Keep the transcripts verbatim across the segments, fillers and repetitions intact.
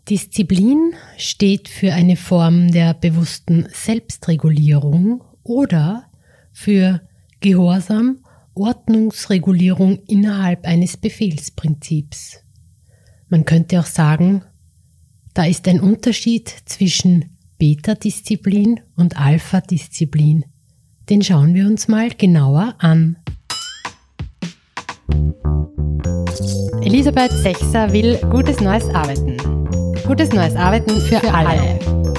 Disziplin steht für eine Form der bewussten Selbstregulierung oder für Gehorsam, Ordnungsregulierung innerhalb eines Befehlsprinzips. Man könnte auch sagen, da ist ein Unterschied zwischen Beta-Disziplin und Alpha-Disziplin. Den schauen wir uns mal genauer an. Elisabeth Sechser will gutes neues Arbeiten. Gutes neues Arbeiten für, für alle. alle.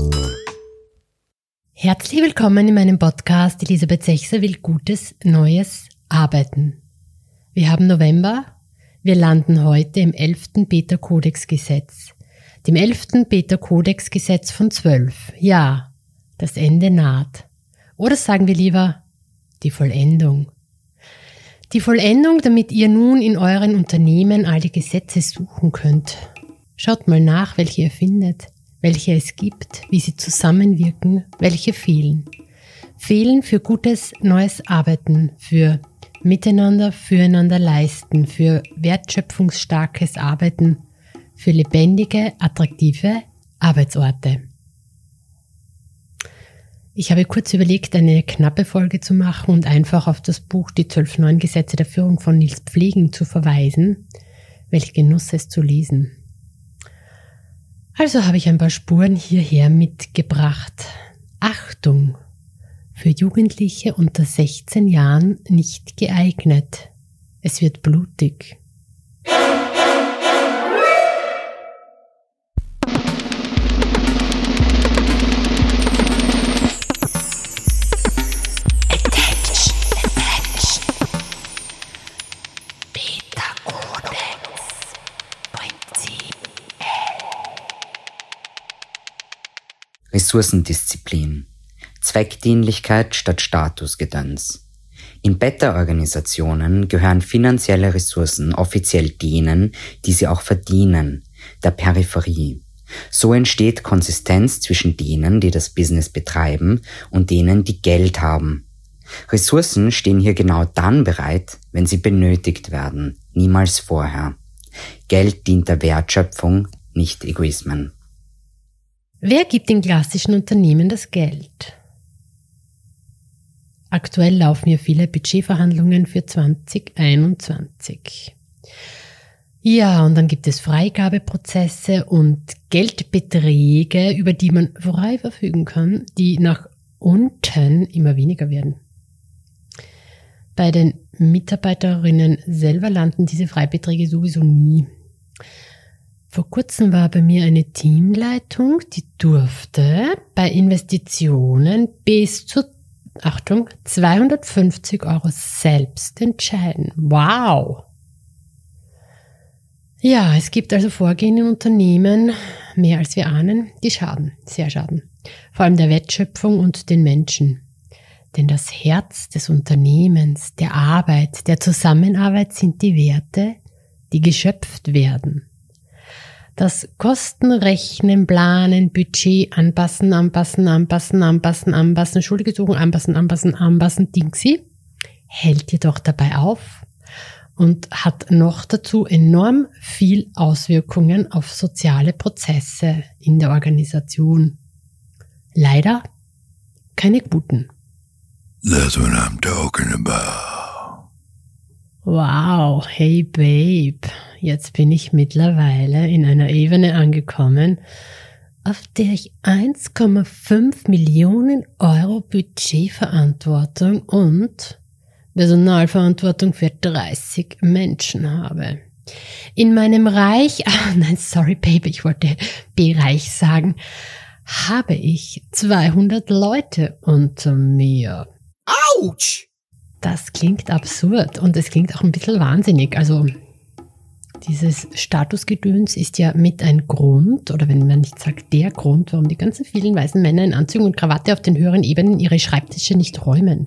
Herzlich willkommen in meinem Podcast Elisabeth Sechser will gutes neues Arbeiten. Wir haben November, wir landen heute im elften Beta-Kodex-Gesetz. Dem elften Beta-Kodex-Gesetz von zwölf. Ja, das Ende naht. Oder sagen wir lieber die Vollendung. Die Vollendung, damit ihr nun in euren Unternehmen all die Gesetze suchen könnt. Schaut mal nach, welche ihr findet, welche es gibt, wie sie zusammenwirken, welche fehlen. Fehlen für gutes neues Arbeiten, für Miteinander, füreinander leisten, für wertschöpfungsstarkes Arbeiten, für lebendige, attraktive Arbeitsorte. Ich habe kurz überlegt, eine knappe Folge zu machen und einfach auf das Buch Die zwölf neuen Gesetze der Führung von Nils Pfleging zu verweisen. Welch Genuss es zu lesen. Also habe ich ein paar Spuren hierher mitgebracht. Achtung! Für Jugendliche unter sechzehn Jahren nicht geeignet. Es wird blutig. Ressourcendisziplin. Zweckdienlichkeit statt Statusgedöns. In Beta-Organisationen gehören finanzielle Ressourcen offiziell denen, die sie auch verdienen, der Peripherie. So entsteht Konsistenz zwischen denen, die das Business betreiben, und denen, die Geld haben. Ressourcen stehen hier genau dann bereit, wenn sie benötigt werden, niemals vorher. Geld dient der Wertschöpfung, nicht Egoismen. Wer gibt in klassischen Unternehmen das Geld? Aktuell laufen hier viele Budgetverhandlungen für zwanzig einundzwanzig. Ja, und dann gibt es Freigabeprozesse und Geldbeträge, über die man frei verfügen kann, die nach unten immer weniger werden. Bei den Mitarbeiterinnen selber landen diese Freibeträge sowieso nie. Vor kurzem war bei mir eine Teamleitung, die durfte bei Investitionen bis zu, Achtung, zweihundertfünfzig Euro selbst entscheiden. Wow! Ja, es gibt also Vorgehen in Unternehmen, mehr als wir ahnen, die schaden, sehr schaden. Vor allem der Wertschöpfung und den Menschen. Denn das Herz des Unternehmens, der Arbeit, der Zusammenarbeit sind die Werte, die geschöpft werden. Das Kostenrechnen, Planen, Budget, anpassen, anpassen, anpassen, anpassen, anpassen, Schuldige suchen, anpassen, anpassen, anpassen, Dingsi, hält jedoch dabei auf und hat noch dazu enorm viel Auswirkungen auf soziale Prozesse in der Organisation. Leider keine guten. That's what I'm talking about. Wow, hey Babe, jetzt bin ich mittlerweile in einer Ebene angekommen, auf der ich eins Komma fünf Millionen Euro Budgetverantwortung und Personalverantwortung für dreißig Menschen habe. In meinem Reich, ah nein, sorry Babe, ich wollte Bereich sagen, habe ich zweihundert Leute unter mir. Autsch! Das klingt absurd und es klingt auch ein bisschen wahnsinnig. Also dieses Statusgedöns ist ja mit ein Grund, oder wenn man nicht sagt der Grund, warum die ganzen vielen weißen Männer in Anzügen und Krawatte auf den höheren Ebenen ihre Schreibtische nicht räumen.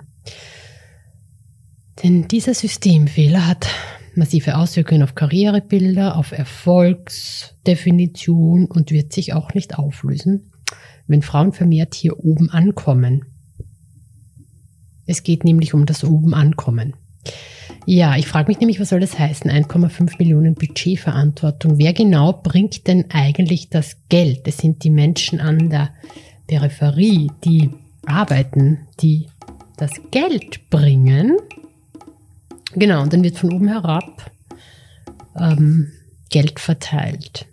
Denn dieser Systemfehler hat massive Auswirkungen auf Karrierebilder, auf Erfolgsdefinition und wird sich auch nicht auflösen, wenn Frauen vermehrt hier oben ankommen. Es geht nämlich um das oben ankommen. Ja, ich frage mich nämlich, was soll das heißen? eins Komma fünf Millionen Budgetverantwortung. Wer genau bringt denn eigentlich das Geld? Das sind die Menschen an der Peripherie, die arbeiten, die das Geld bringen. Genau, und dann wird von oben herab ähm, Geld verteilt.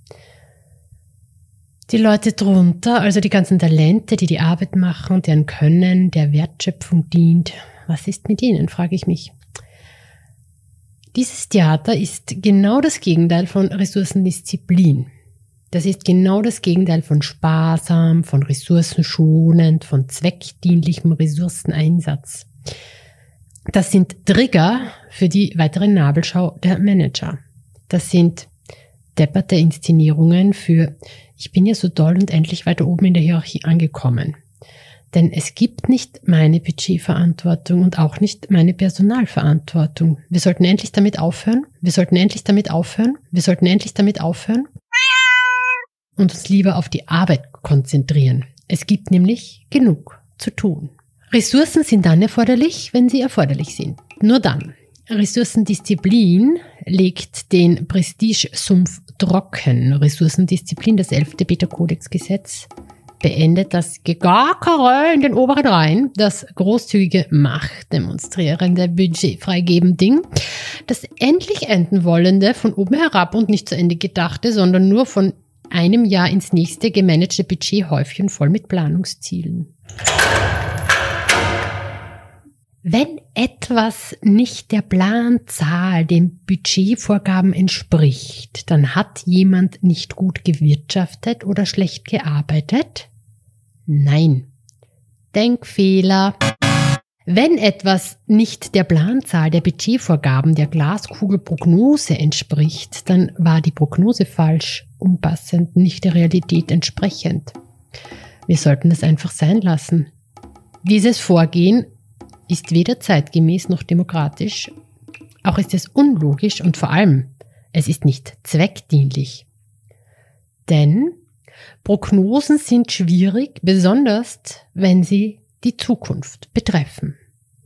Die Leute drunter, also die ganzen Talente, die die Arbeit machen, deren Können der Wertschöpfung dient. Was ist mit ihnen, frage ich mich. Dieses Theater ist genau das Gegenteil von Ressourcendisziplin. Das ist genau das Gegenteil von sparsam, von ressourcenschonend, von zweckdienlichem Ressourceneinsatz. Das sind Trigger für die weitere Nabelschau der Manager. Das sind depperte Inszenierungen für ich bin ja so toll und endlich weiter oben in der Hierarchie angekommen. Denn es gibt nicht meine Budgetverantwortung und auch nicht meine Personalverantwortung. Wir sollten endlich damit aufhören. Wir sollten endlich damit aufhören. Wir sollten endlich damit aufhören und uns lieber auf die Arbeit konzentrieren. Es gibt nämlich genug zu tun. Ressourcen sind dann erforderlich, wenn sie erforderlich sind. Nur dann. Ressourcendisziplin legt den Prestigesumpf trocken. Ressourcendisziplin, das elfte Beta-Kodex-Gesetz, beendet das Gegackere in den oberen Reihen, das großzügige, machtdemonstrierende, budgetfreigeben-Ding, das endlich enden wollende, von oben herab und nicht zu Ende gedachte, sondern nur von einem Jahr ins nächste gemanagte Budgethäufchen voll mit Planungszielen. Wenn etwas nicht der Planzahl, den Budgetvorgaben entspricht, dann hat jemand nicht gut gewirtschaftet oder schlecht gearbeitet? Nein. Denkfehler. Wenn etwas nicht der Planzahl, der Budgetvorgaben, der Glaskugelprognose entspricht, dann war die Prognose falsch, unpassend, nicht der Realität entsprechend. Wir sollten das einfach sein lassen. Dieses Vorgehen ist weder zeitgemäß noch demokratisch, auch ist es unlogisch und vor allem, es ist nicht zweckdienlich. Denn Prognosen sind schwierig, besonders wenn sie die Zukunft betreffen.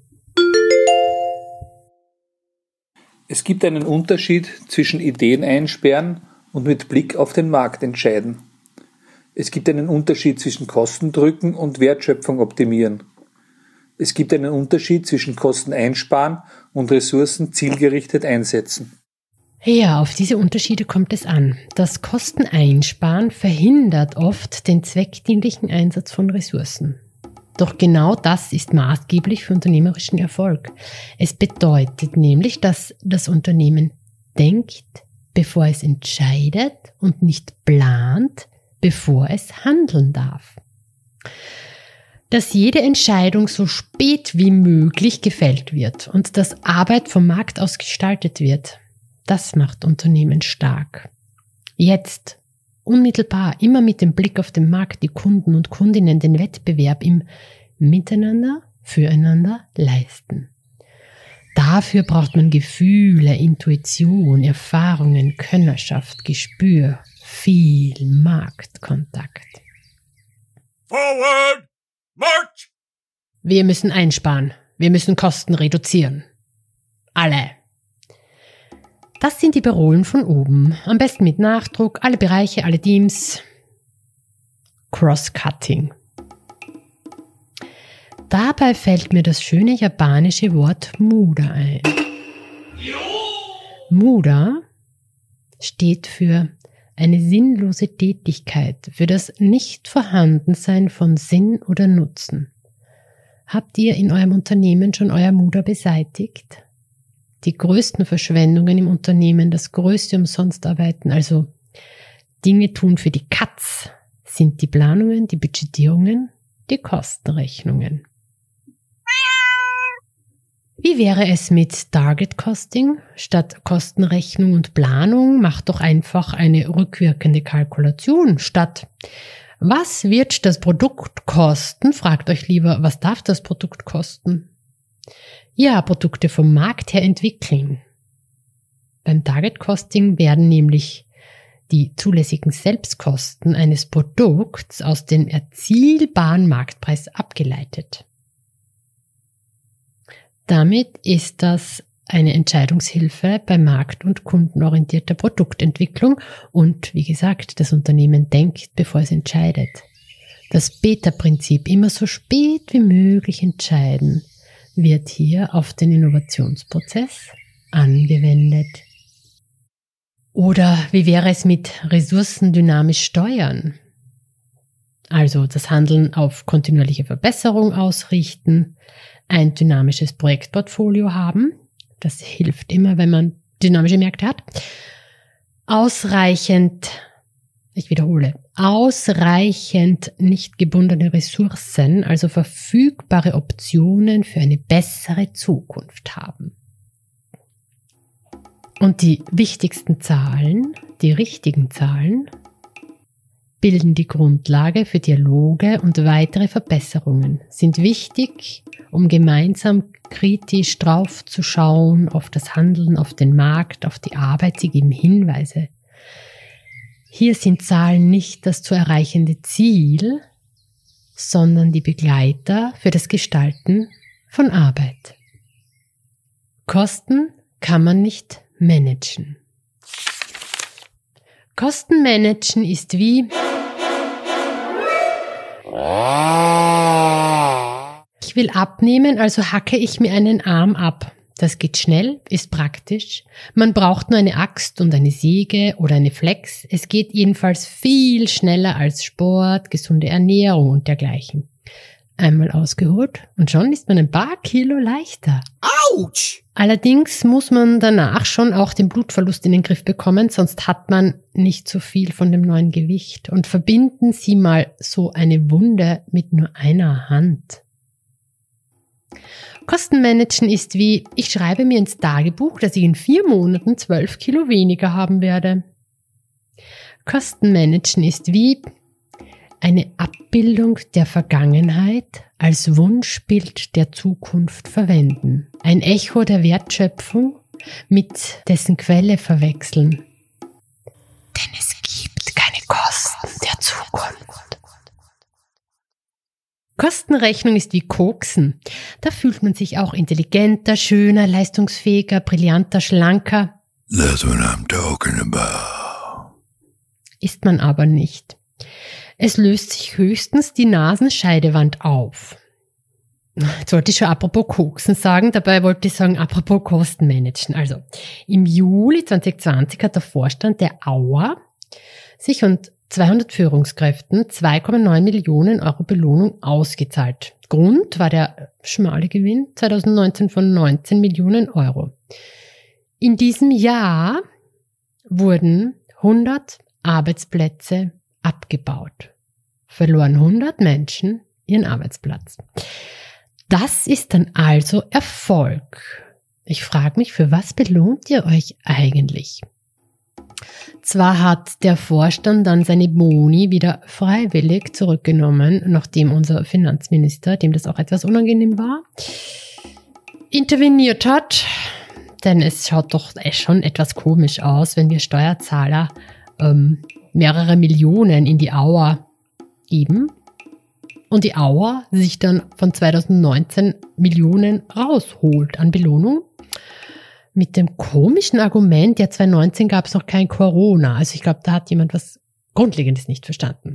Es gibt einen Unterschied zwischen Ideen einsperren und mit Blick auf den Markt entscheiden. Es gibt einen Unterschied zwischen Kosten drücken und Wertschöpfung optimieren. Es gibt einen Unterschied zwischen Kosten einsparen und Ressourcen zielgerichtet einsetzen. Ja, auf diese Unterschiede kommt es an. Das Kosteneinsparen verhindert oft den zweckdienlichen Einsatz von Ressourcen. Doch genau das ist maßgeblich für unternehmerischen Erfolg. Es bedeutet nämlich, dass das Unternehmen denkt, bevor es entscheidet und nicht plant, bevor es handeln darf. Dass jede Entscheidung so spät wie möglich gefällt wird und dass Arbeit vom Markt aus gestaltet wird, das macht Unternehmen stark. Jetzt, unmittelbar, immer mit dem Blick auf den Markt, die Kunden und Kundinnen, den Wettbewerb im Miteinander, Füreinander leisten. Dafür braucht man Gefühle, Intuition, Erfahrungen, Könnerschaft, Gespür, viel Marktkontakt. Forward! March! Wir müssen einsparen. Wir müssen Kosten reduzieren. Alle. Das sind die Parolen von oben. Am besten mit Nachdruck, alle Bereiche, alle Teams. Cross-Cutting. Dabei fällt mir das schöne japanische Wort Muda ein. Muda steht für eine sinnlose Tätigkeit, für das Nichtvorhandensein von Sinn oder Nutzen. Habt ihr in eurem Unternehmen schon euer Muda beseitigt? Die größten Verschwendungen im Unternehmen, das größte Umsonstarbeiten, also Dinge tun für die Katz, sind die Planungen, die Budgetierungen, die Kostenrechnungen. Wie wäre es mit Target Costing? Statt Kostenrechnung und Planung macht doch einfach eine rückwirkende Kalkulation. Statt was wird das Produkt kosten? Fragt euch lieber, was darf das Produkt kosten? Ja, Produkte vom Markt her entwickeln. Beim Target Costing werden nämlich die zulässigen Selbstkosten eines Produkts aus dem erzielbaren Marktpreis abgeleitet. Damit ist das eine Entscheidungshilfe bei markt- und kundenorientierter Produktentwicklung und, wie gesagt, das Unternehmen denkt, bevor es entscheidet. Das Beta-Prinzip, immer so spät wie möglich entscheiden, wird hier auf den Innovationsprozess angewendet. Oder wie wäre es mit Ressourcen dynamisch steuern? Also das Handeln auf kontinuierliche Verbesserung ausrichten, ein dynamisches Projektportfolio haben. Das hilft immer, wenn man dynamische Märkte hat. Ausreichend, ich wiederhole, ausreichend nicht gebundene Ressourcen, also verfügbare Optionen für eine bessere Zukunft haben. Und die wichtigsten Zahlen, die richtigen Zahlen, bilden die Grundlage für Dialoge und weitere Verbesserungen, sind wichtig, um gemeinsam kritisch drauf zu schauen auf das Handeln, auf den Markt, auf die Arbeit. Sie geben Hinweise. Hier sind Zahlen nicht das zu erreichende Ziel, sondern die Begleiter für das Gestalten von Arbeit. Kosten kann man nicht managen. Kostenmanagen ist wie ich will abnehmen, also hacke ich mir einen Arm ab. Das geht schnell, ist praktisch. Man braucht nur eine Axt und eine Säge oder eine Flex. Es geht jedenfalls viel schneller als Sport, gesunde Ernährung und dergleichen. Einmal ausgeholt und schon ist man ein paar Kilo leichter. Autsch! Allerdings muss man danach schon auch den Blutverlust in den Griff bekommen, sonst hat man nicht so viel von dem neuen Gewicht. Und verbinden Sie mal so eine Wunde mit nur einer Hand. Kostenmanagen ist wie, ich schreibe mir ins Tagebuch, dass ich in vier Monaten zwölf Kilo weniger haben werde. Kostenmanagen ist wie eine Abbildung der Vergangenheit als Wunschbild der Zukunft verwenden. Ein Echo der Wertschöpfung mit dessen Quelle verwechseln. Denn es gibt keine Kosten der Zukunft. Kostenrechnung ist wie Koksen. Da fühlt man sich auch intelligenter, schöner, leistungsfähiger, brillanter, schlanker. That's what I'm talking about. Ist man aber nicht. Es löst sich höchstens die Nasenscheidewand auf. Jetzt wollte ich schon apropos Koksen sagen, dabei wollte ich sagen apropos Kostenmanagen. Also im Juli zwanzig zwanzig hat der Vorstand der Auer sich und zweihundert Führungskräften zwei Komma neun Millionen Euro Belohnung ausgezahlt. Grund war der schmale Gewinn zwanzig neunzehn von neunzehn Millionen Euro. In diesem Jahr wurden hundert Arbeitsplätze abgebaut. Verloren hundert Menschen ihren Arbeitsplatz. Das ist dann also Erfolg. Ich frage mich, für was belohnt ihr euch eigentlich? Zwar hat der Vorstand dann seine Boni wieder freiwillig zurückgenommen, nachdem unser Finanzminister, dem das auch etwas unangenehm war, interveniert hat. Denn es schaut doch schon etwas komisch aus, wenn wir Steuerzahler ähm, mehrere Millionen in die Auer geben und die Auer sich dann von zwanzig neunzehn Millionen rausholt an Belohnung. Mit dem komischen Argument, ja zwanzig neunzehn gab es noch kein Corona. Also ich glaube, da hat jemand was Grundlegendes nicht verstanden.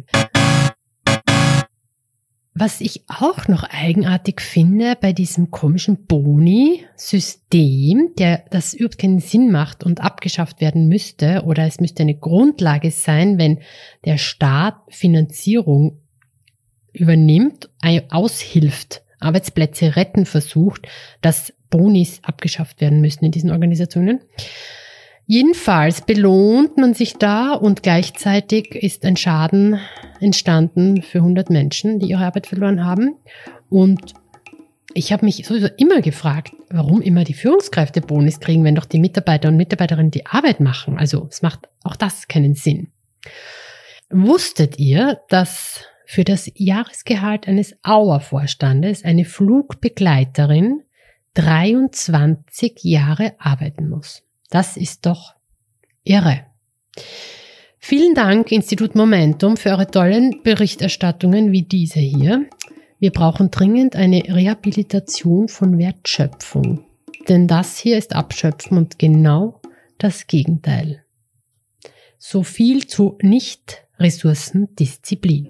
Was ich auch noch eigenartig finde bei diesem komischen Boni-System, der das überhaupt keinen Sinn macht und abgeschafft werden müsste, oder es müsste eine Grundlage sein, wenn der Staat Finanzierung übernimmt, aushilft, Arbeitsplätze retten versucht, dass Bonis abgeschafft werden müssen in diesen Organisationen. Jedenfalls belohnt man sich da und gleichzeitig ist ein Schaden entstanden für hundert Menschen, die ihre Arbeit verloren haben. Und ich habe mich sowieso immer gefragt, warum immer die Führungskräfte Bonis kriegen, wenn doch die Mitarbeiter und Mitarbeiterinnen die Arbeit machen. Also es macht auch das keinen Sinn. Wusstet ihr, dass für das Jahresgehalt eines Auer-Vorstandes eine Flugbegleiterin dreiundzwanzig Jahre arbeiten muss? Das ist doch irre. Vielen Dank, Institut Momentum, für eure tollen Berichterstattungen wie diese hier. Wir brauchen dringend eine Rehabilitation von Wertschöpfung. Denn das hier ist Abschöpfen und genau das Gegenteil. So viel zu Nicht-Ressourcendisziplin.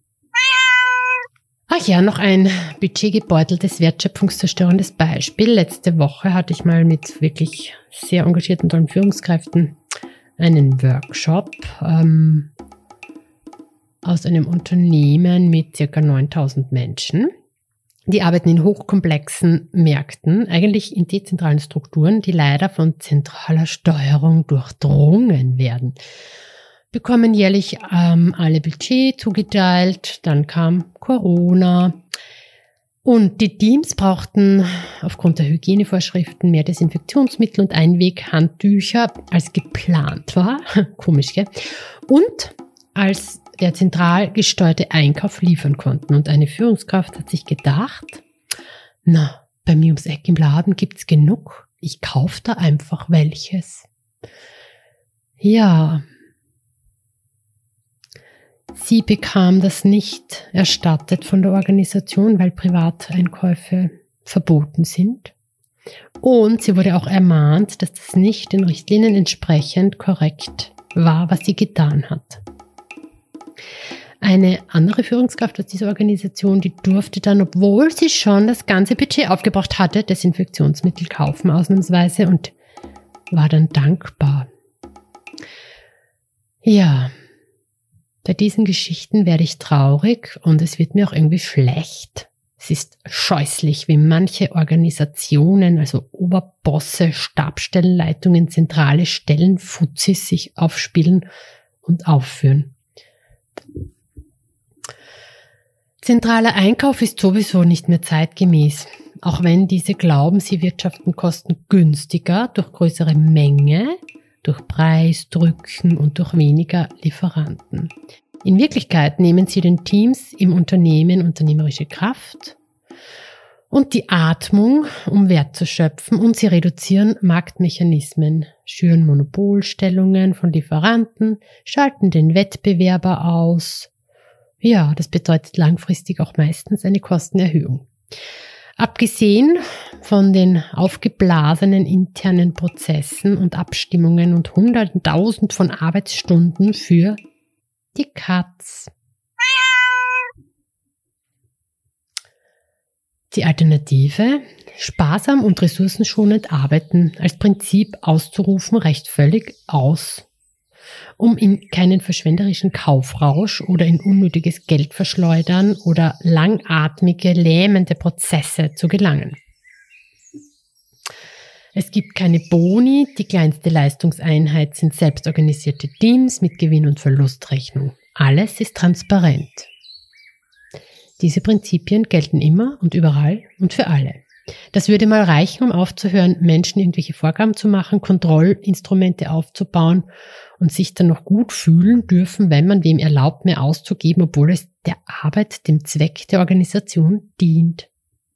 Ach ja, noch ein budgetgebeuteltes, wertschöpfungszerstörendes Beispiel. Letzte Woche hatte ich mal mit wirklich sehr engagierten, tollen Führungskräften einen Workshop ähm, aus einem Unternehmen mit circa neuntausend Menschen. Die arbeiten in hochkomplexen Märkten, eigentlich in dezentralen Strukturen, die leider von zentraler Steuerung durchdrungen werden. Bekommen jährlich ähm, alle Budget zugeteilt, dann kam Corona und die Teams brauchten aufgrund der Hygienevorschriften mehr Desinfektionsmittel und Einweghandtücher als geplant war, komisch, gell? Und als der zentral gesteuerte Einkauf liefern konnten. Und eine Führungskraft hat sich gedacht, na, bei mir ums Eck im Laden gibt's genug, ich kaufe da einfach welches. Ja, sie bekam das nicht erstattet von der Organisation, weil Privateinkäufe verboten sind. Und sie wurde auch ermahnt, dass das nicht den Richtlinien entsprechend korrekt war, was sie getan hat. Eine andere Führungskraft aus dieser Organisation, die durfte dann, obwohl sie schon das ganze Budget aufgebraucht hatte, Desinfektionsmittel kaufen ausnahmsweise und war dann dankbar. Ja, bei diesen Geschichten werde ich traurig und es wird mir auch irgendwie schlecht. Es ist scheußlich, wie manche Organisationen, also Oberbosse, Stabstellenleitungen, zentrale Stellen, Fuzis sich aufspielen und aufführen. Zentraler Einkauf ist sowieso nicht mehr zeitgemäß, auch wenn diese glauben, sie wirtschaften Kosten günstiger durch größere Menge, durch Preisdrücken und durch weniger Lieferanten. In Wirklichkeit nehmen sie den Teams im Unternehmen unternehmerische Kraft und die Atmung, um Wert zu schöpfen, und sie reduzieren Marktmechanismen, schüren Monopolstellungen von Lieferanten, schalten den Wettbewerber aus. Ja, das bedeutet langfristig auch meistens eine Kostenerhöhung. Abgesehen von den aufgeblasenen internen Prozessen und Abstimmungen und hunderttausend von Arbeitsstunden für die Katz. Die Alternative, sparsam und ressourcenschonend arbeiten, als Prinzip auszurufen, reicht völlig aus, um in keinen verschwenderischen Kaufrausch oder in unnötiges Geldverschleudern oder langatmige, lähmende Prozesse zu gelangen. Es gibt keine Boni, die kleinste Leistungseinheit sind selbstorganisierte Teams mit Gewinn- und Verlustrechnung. Alles ist transparent. Diese Prinzipien gelten immer und überall und für alle. Das würde mal reichen, um aufzuhören, Menschen irgendwelche Vorgaben zu machen, Kontrollinstrumente aufzubauen und sich dann noch gut fühlen dürfen, wenn man wem erlaubt, mehr auszugeben, obwohl es der Arbeit, dem Zweck der Organisation dient.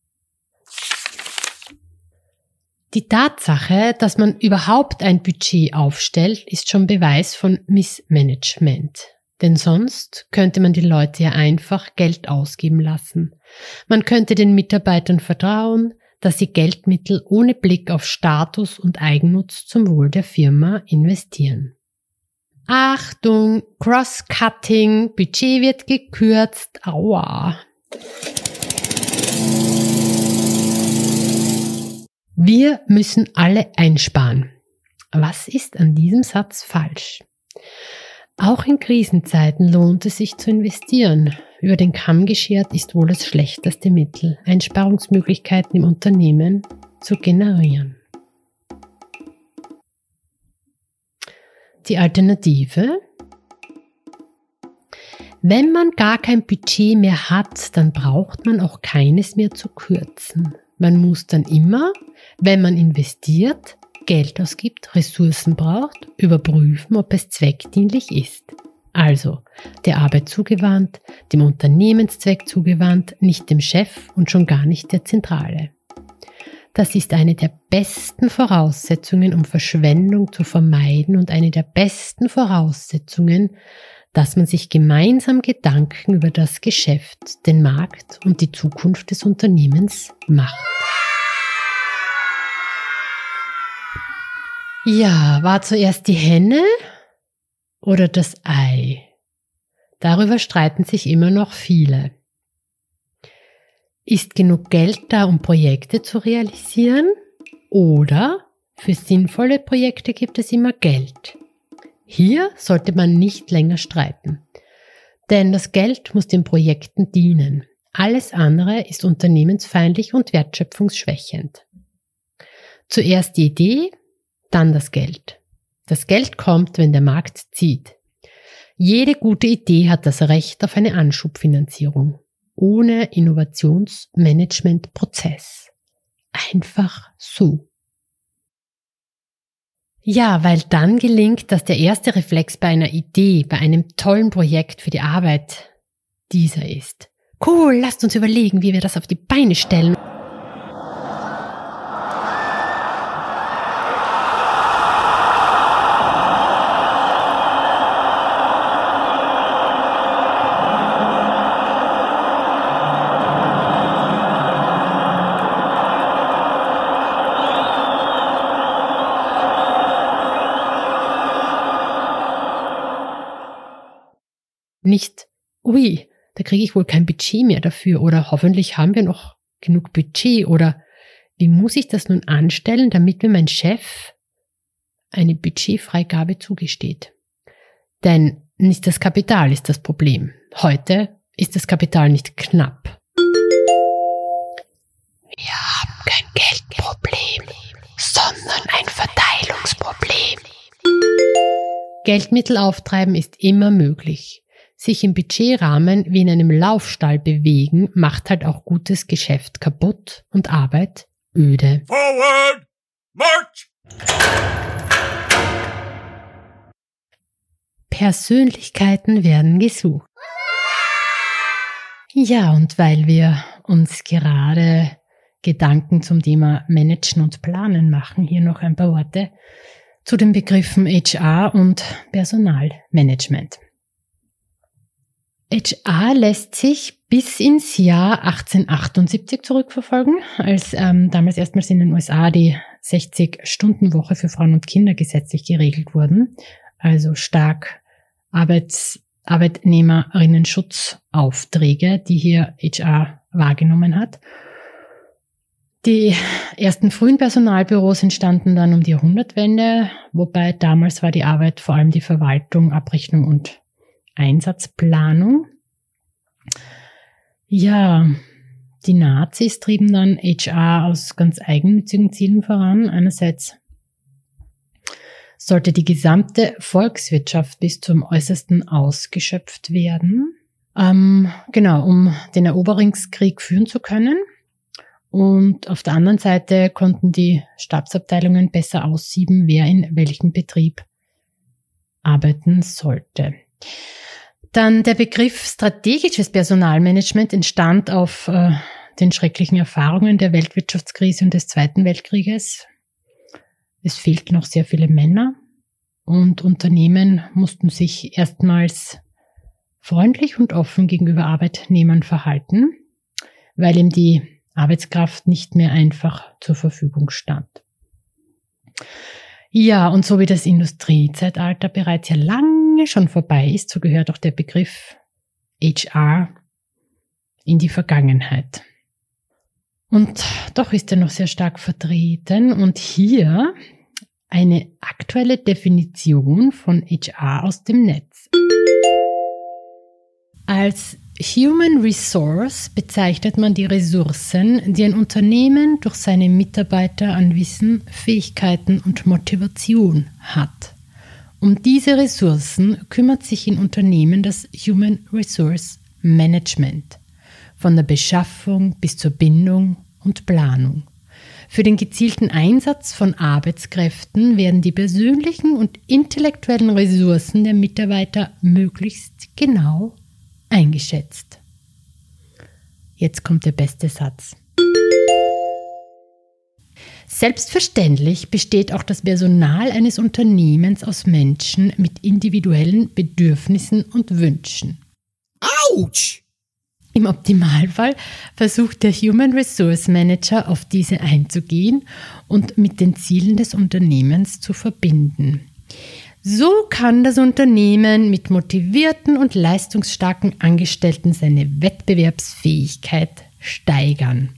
Die Tatsache, dass man überhaupt ein Budget aufstellt, ist schon Beweis von Missmanagement. Denn sonst könnte man die Leute ja einfach Geld ausgeben lassen. Man könnte den Mitarbeitern vertrauen, dass sie Geldmittel ohne Blick auf Status und Eigennutz zum Wohl der Firma investieren. Achtung, Cross-Cutting, Budget wird gekürzt, aua. Wir müssen alle einsparen. Was ist an diesem Satz falsch? Auch in Krisenzeiten lohnt es sich zu investieren. Über den Kamm geschert ist wohl das schlechteste Mittel, Einsparungsmöglichkeiten im Unternehmen zu generieren. Die Alternative? Wenn man gar kein Budget mehr hat, dann braucht man auch keines mehr zu kürzen. Man muss dann immer, wenn man investiert, Geld ausgibt, Ressourcen braucht, überprüfen, ob es zweckdienlich ist. Also der Arbeit zugewandt, dem Unternehmenszweck zugewandt, nicht dem Chef und schon gar nicht der Zentrale. Das ist eine der besten Voraussetzungen, um Verschwendung zu vermeiden und eine der besten Voraussetzungen, dass man sich gemeinsam Gedanken über das Geschäft, den Markt und die Zukunft des Unternehmens macht. Ja, war zuerst die Henne oder das Ei? Darüber streiten sich immer noch viele. Ist genug Geld da, um Projekte zu realisieren? Oder für sinnvolle Projekte gibt es immer Geld? Hier sollte man nicht länger streiten. Denn das Geld muss den Projekten dienen. Alles andere ist unternehmensfeindlich und wertschöpfungsschwächend. Zuerst die Idee, dann das Geld. Das Geld kommt, wenn der Markt zieht. Jede gute Idee hat das Recht auf eine Anschubfinanzierung. Ohne Innovationsmanagementprozess. Einfach so. Ja, weil dann gelingt, dass der erste Reflex bei einer Idee, bei einem tollen Projekt für die Arbeit dieser ist. Cool, lasst uns überlegen, wie wir das auf die Beine stellen. Nicht, ui, da kriege ich wohl kein Budget mehr dafür oder hoffentlich haben wir noch genug Budget oder wie muss ich das nun anstellen, damit mir mein Chef eine Budgetfreigabe zugesteht. Denn nicht das Kapital ist das Problem. Heute ist das Kapital nicht knapp. Wir haben kein Geldproblem, sondern ein Verteilungsproblem. Geldmittel auftreiben ist immer möglich. Sich im Budgetrahmen wie in einem Laufstall bewegen, macht halt auch gutes Geschäft kaputt und Arbeit öde. Forward! March! Persönlichkeiten werden gesucht. Ja, und weil wir uns gerade Gedanken zum Thema Managen und Planen machen, hier noch ein paar Worte zu den Begriffen H R und Personalmanagement. H R lässt sich bis ins Jahr achtzehnhundertachtundsiebzig zurückverfolgen, als ähm, damals erstmals in den U S A die sechzig-Stunden-Woche für Frauen und Kinder gesetzlich geregelt wurden, also stark Arbeits- Arbeitnehmerinnen-Schutzaufträge, die hier H R wahrgenommen hat. Die ersten frühen Personalbüros entstanden dann um die Jahrhundertwende, wobei damals war die Arbeit vor allem die Verwaltung, Abrechnung und Einsatzplanung. Ja, die Nazis trieben dann H R aus ganz eigennützigen Zielen voran. Einerseits sollte die gesamte Volkswirtschaft bis zum Äußersten ausgeschöpft werden, ähm, genau, um den Eroberungskrieg führen zu können. Und auf der anderen Seite konnten die Stabsabteilungen besser aussieben, wer in welchem Betrieb arbeiten sollte. Dann der Begriff strategisches Personalmanagement entstand auf äh, den schrecklichen Erfahrungen der Weltwirtschaftskrise und des Zweiten Weltkrieges. Es fehlten noch sehr viele Männer und Unternehmen mussten sich erstmals freundlich und offen gegenüber Arbeitnehmern verhalten, weil ihm die Arbeitskraft nicht mehr einfach zur Verfügung stand. Ja, und so wie das Industriezeitalter bereits ja lange schon vorbei ist, so gehört auch der Begriff H R in die Vergangenheit. Und doch ist er noch sehr stark vertreten und hier eine aktuelle Definition von H R aus dem Netz. Als Human Resource bezeichnet man die Ressourcen, die ein Unternehmen durch seine Mitarbeiter an Wissen, Fähigkeiten und Motivation hat. Um diese Ressourcen kümmert sich in Unternehmen das Human Resource Management, von der Beschaffung bis zur Bindung und Planung. Für den gezielten Einsatz von Arbeitskräften werden die persönlichen und intellektuellen Ressourcen der Mitarbeiter möglichst genau eingeschätzt. Jetzt kommt der beste Satz. Selbstverständlich besteht auch das Personal eines Unternehmens aus Menschen mit individuellen Bedürfnissen und Wünschen. Autsch! Im Optimalfall versucht der Human Resource Manager auf diese einzugehen und mit den Zielen des Unternehmens zu verbinden. So kann das Unternehmen mit motivierten und leistungsstarken Angestellten seine Wettbewerbsfähigkeit steigern.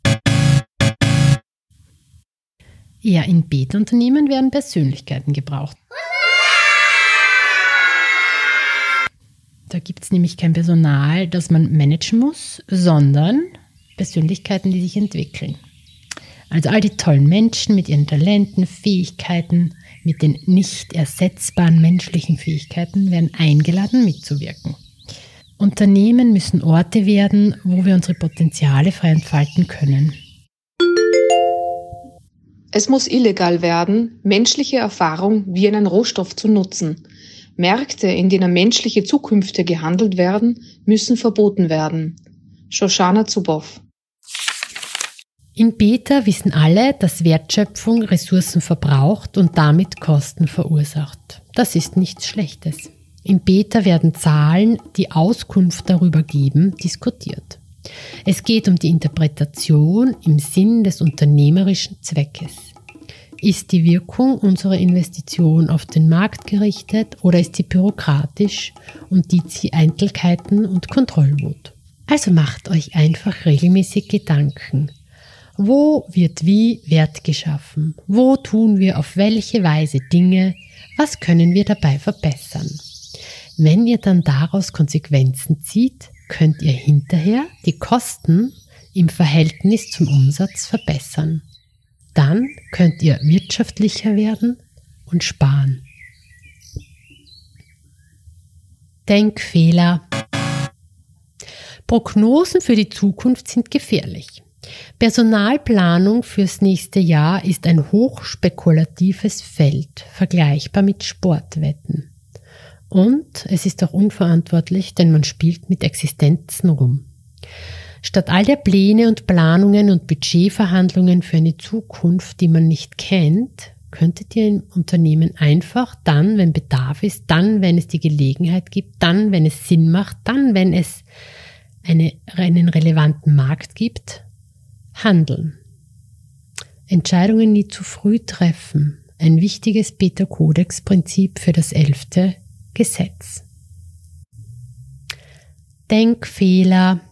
Ja, in Beta-Unternehmen werden Persönlichkeiten gebraucht. Da gibt es nämlich kein Personal, das man managen muss, sondern Persönlichkeiten, die sich entwickeln. Also all die tollen Menschen mit ihren Talenten, Fähigkeiten, mit den nicht ersetzbaren menschlichen Fähigkeiten werden eingeladen, mitzuwirken. Unternehmen müssen Orte werden, wo wir unsere Potenziale frei entfalten können. Es muss illegal werden, menschliche Erfahrung wie einen Rohstoff zu nutzen. Märkte, in denen menschliche Zukünfte gehandelt werden, müssen verboten werden. Shoshana Zuboff. In Beta wissen alle, dass Wertschöpfung Ressourcen verbraucht und damit Kosten verursacht. Das ist nichts Schlechtes. In Beta werden Zahlen, die Auskunft darüber geben, diskutiert. Es geht um die Interpretation im Sinn des unternehmerischen Zweckes. Ist die Wirkung unserer Investition auf den Markt gerichtet oder ist sie bürokratisch und dient sie Eitelkeiten und Kontrollwut? Also macht euch einfach regelmäßig Gedanken. Wo wird wie Wert geschaffen? Wo tun wir auf welche Weise Dinge? Was können wir dabei verbessern? Wenn ihr dann daraus Konsequenzen zieht, könnt ihr hinterher die Kosten im Verhältnis zum Umsatz verbessern. Dann könnt ihr wirtschaftlicher werden und sparen. Denkfehler. Prognosen für die Zukunft sind gefährlich. Personalplanung fürs nächste Jahr ist ein hochspekulatives Feld, vergleichbar mit Sportwetten. Und es ist auch unverantwortlich, denn man spielt mit Existenzen rum. Statt all der Pläne und Planungen und Budgetverhandlungen für eine Zukunft, die man nicht kennt, könntet ihr im Unternehmen einfach dann, wenn Bedarf ist, dann, wenn es die Gelegenheit gibt, dann, wenn es Sinn macht, dann, wenn es eine, einen relevanten Markt gibt, handeln. Entscheidungen nie zu früh treffen. Ein wichtiges Beta-Kodex-Prinzip für das elfte Gesetz. Denkfehler.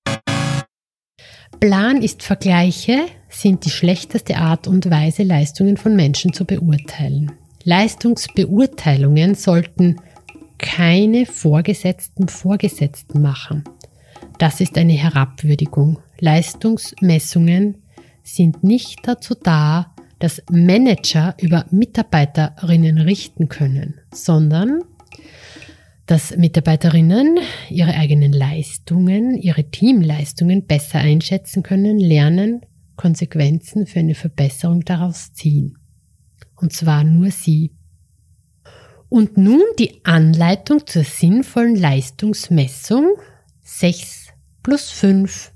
Plan ist Vergleiche, sind die schlechteste Art und Weise, Leistungen von Menschen zu beurteilen. Leistungsbeurteilungen sollten keine Vorgesetzten Vorgesetzten machen. Das ist eine Herabwürdigung. Leistungsmessungen sind nicht dazu da, dass Manager über Mitarbeiterinnen richten können, sondern dass Mitarbeiterinnen ihre eigenen Leistungen, ihre Teamleistungen besser einschätzen können, lernen, Konsequenzen für eine Verbesserung daraus ziehen. Und zwar nur sie. Und nun die Anleitung zur sinnvollen Leistungsmessung sechs plus fünf.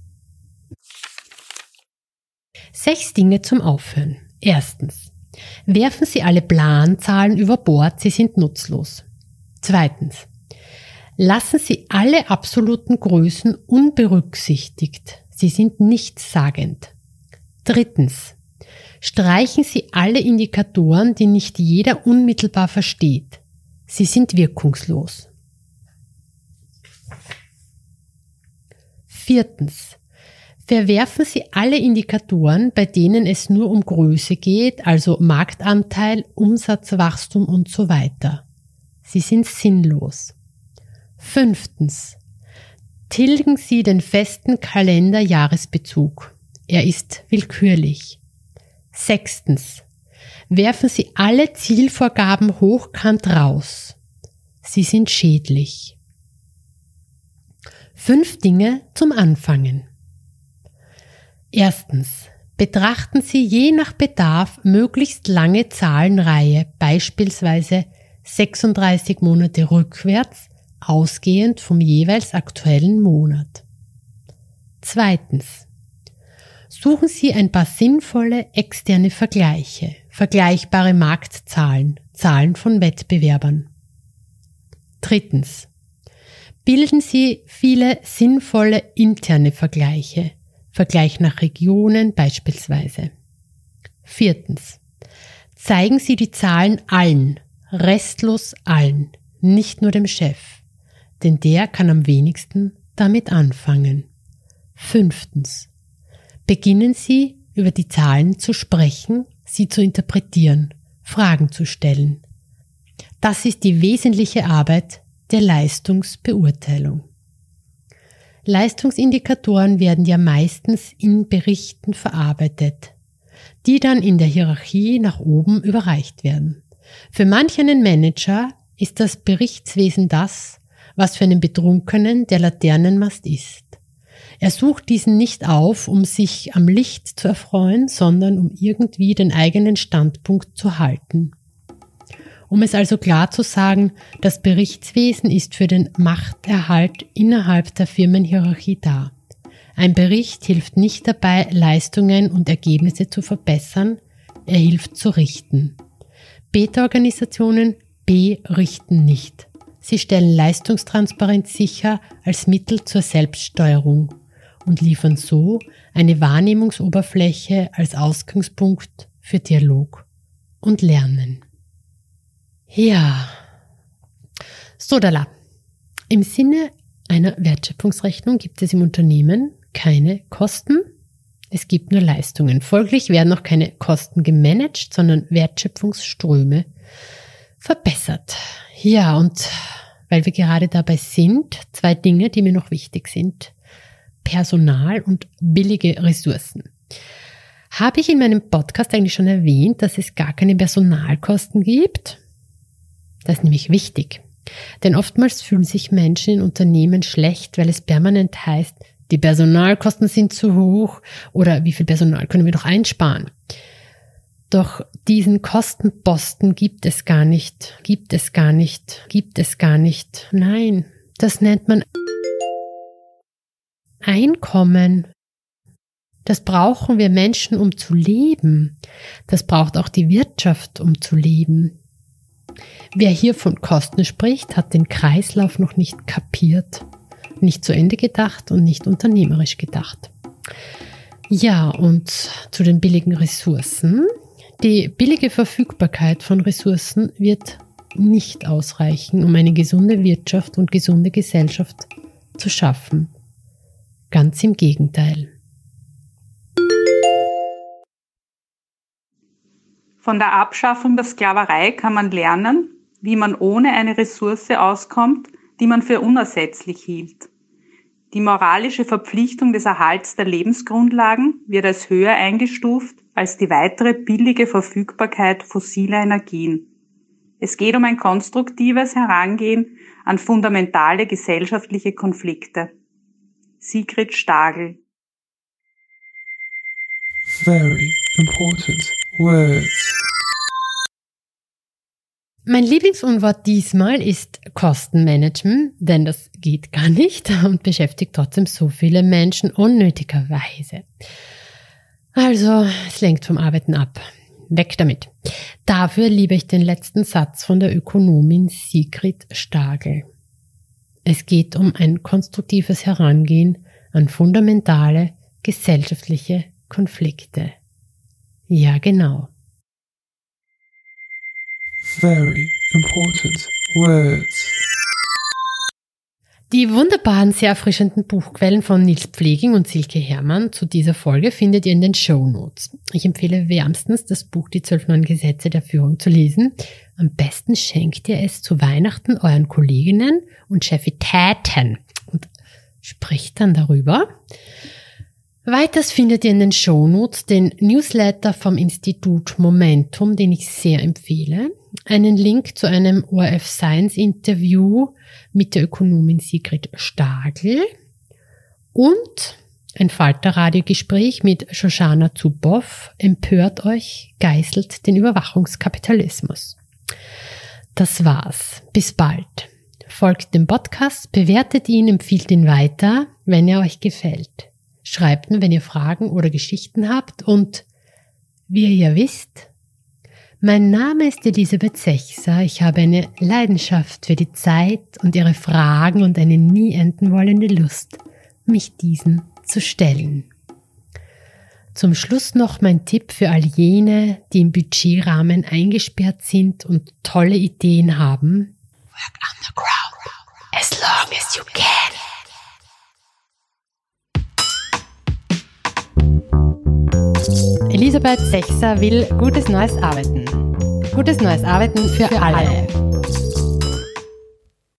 Sechs Dinge zum Aufhören. Erstens. Werfen Sie alle Planzahlen über Bord, sie sind nutzlos. Zweitens. Lassen Sie alle absoluten Größen unberücksichtigt. Sie sind nichtssagend. Drittens. Streichen Sie alle Indikatoren, die nicht jeder unmittelbar versteht. Sie sind wirkungslos. Viertens. Verwerfen Sie alle Indikatoren, bei denen es nur um Größe geht, also Marktanteil, Umsatzwachstum und so weiter. Sie sind sinnlos. Fünftens. Tilgen Sie den festen Kalenderjahresbezug. Er ist willkürlich. Sechstens. Werfen Sie alle Zielvorgaben hochkant raus. Sie sind schädlich. Fünf Dinge zum Anfangen. Erstens. Betrachten Sie je nach Bedarf möglichst lange Zahlenreihe, beispielsweise sechsunddreißig Monate rückwärts, ausgehend vom jeweils aktuellen Monat. Zweitens. Suchen Sie ein paar sinnvolle externe Vergleiche, vergleichbare Marktzahlen, Zahlen von Wettbewerbern. Drittens. Bilden Sie viele sinnvolle interne Vergleiche. Vergleich nach Regionen beispielsweise. Viertens. Zeigen Sie die Zahlen allen, restlos allen, nicht nur dem Chef, denn der kann am wenigsten damit anfangen. Fünftens. Beginnen Sie, über die Zahlen zu sprechen, sie zu interpretieren, Fragen zu stellen. Das ist die wesentliche Arbeit der Leistungsbeurteilung. Leistungsindikatoren werden ja meistens in Berichten verarbeitet, die dann in der Hierarchie nach oben überreicht werden. Für manch einen Manager ist das Berichtswesen das, was für einen Betrunkenen der Laternenmast ist. Er sucht diesen nicht auf, um sich am Licht zu erfreuen, sondern um irgendwie den eigenen Standpunkt zu halten. Um es also klar zu sagen, das Berichtswesen ist für den Machterhalt innerhalb der Firmenhierarchie da. Ein Bericht hilft nicht dabei, Leistungen und Ergebnisse zu verbessern, er hilft zu richten. Beta-Organisationen berichten nicht. Sie stellen Leistungstransparenz sicher als Mittel zur Selbststeuerung und liefern so eine Wahrnehmungsoberfläche als Ausgangspunkt für Dialog und Lernen. Ja, Sodala. Im Sinne einer Wertschöpfungsrechnung gibt es im Unternehmen keine Kosten, es gibt nur Leistungen. Folglich werden auch keine Kosten gemanagt, sondern Wertschöpfungsströme verbessert. Ja, und weil wir gerade dabei sind, zwei Dinge, die mir noch wichtig sind. Personal und billige Ressourcen. Habe ich in meinem Podcast eigentlich schon erwähnt, dass es gar keine Personalkosten gibt? Das ist nämlich wichtig. Denn oftmals fühlen sich Menschen in Unternehmen schlecht, weil es permanent heißt, die Personalkosten sind zu hoch oder wie viel Personal können wir doch einsparen. Doch diesen Kostenposten gibt es gar nicht, gibt es gar nicht, gibt es gar nicht. Nein, das nennt man Einkommen. Das brauchen wir Menschen, um zu leben. Das braucht auch die Wirtschaft, um zu leben. Wer hier von Kosten spricht, hat den Kreislauf noch nicht kapiert, nicht zu Ende gedacht und nicht unternehmerisch gedacht. Ja, und zu den billigen Ressourcen. Die billige Verfügbarkeit von Ressourcen wird nicht ausreichen, um eine gesunde Wirtschaft und gesunde Gesellschaft zu schaffen. Ganz im Gegenteil. Von der Abschaffung der Sklaverei kann man lernen, wie man ohne eine Ressource auskommt, die man für unersetzlich hielt. Die moralische Verpflichtung des Erhalts der Lebensgrundlagen wird als höher eingestuft als die weitere billige Verfügbarkeit fossiler Energien. Es geht um ein konstruktives Herangehen an fundamentale gesellschaftliche Konflikte. Sigrid Stagel. Very important words. Mein Lieblingsunwort diesmal ist Kostenmanagement, denn das geht gar nicht und beschäftigt trotzdem so viele Menschen unnötigerweise. Also, es lenkt vom Arbeiten ab. Weg damit. Dafür liebe ich den letzten Satz von der Ökonomin Sigrid Stagel. Es geht um ein konstruktives Herangehen an fundamentale gesellschaftliche Konflikte. Ja, genau. Very important words. Die wunderbaren, sehr erfrischenden Buchquellen von Nils Pfleging und Silke Herrmann zu dieser Folge findet ihr in den Shownotes. Ich empfehle wärmstens, das Buch Die zwölf neuen Gesetze der Führung zu lesen. Am besten schenkt ihr es zu Weihnachten euren Kolleginnen und Chefitäten und spricht dann darüber. Weiters findet ihr in den Shownotes den Newsletter vom Institut Momentum, den ich sehr empfehle, einen Link zu einem O R F Science Interview mit der Ökonomin Sigrid Stagel und ein Falter-Radio-Gespräch mit Shoshana Zuboff, empört euch, geißelt den Überwachungskapitalismus. Das war's. Bis bald. Folgt dem Podcast, bewertet ihn, empfiehlt ihn weiter, wenn er euch gefällt. Schreibt mir, wenn ihr Fragen oder Geschichten habt und, wie ihr ja wisst, Mein Name ist Elisabeth Sechser. Ich habe eine Leidenschaft für die Zeit und ihre Fragen und eine nie enden wollende Lust, mich diesen zu stellen. Zum Schluss noch mein Tipp für all jene, die im Budgetrahmen eingesperrt sind und tolle Ideen haben. Work underground, as long as you can. Elisabeth Sechser will gutes neues Arbeiten. Gutes neues Arbeiten für, für alle. alle.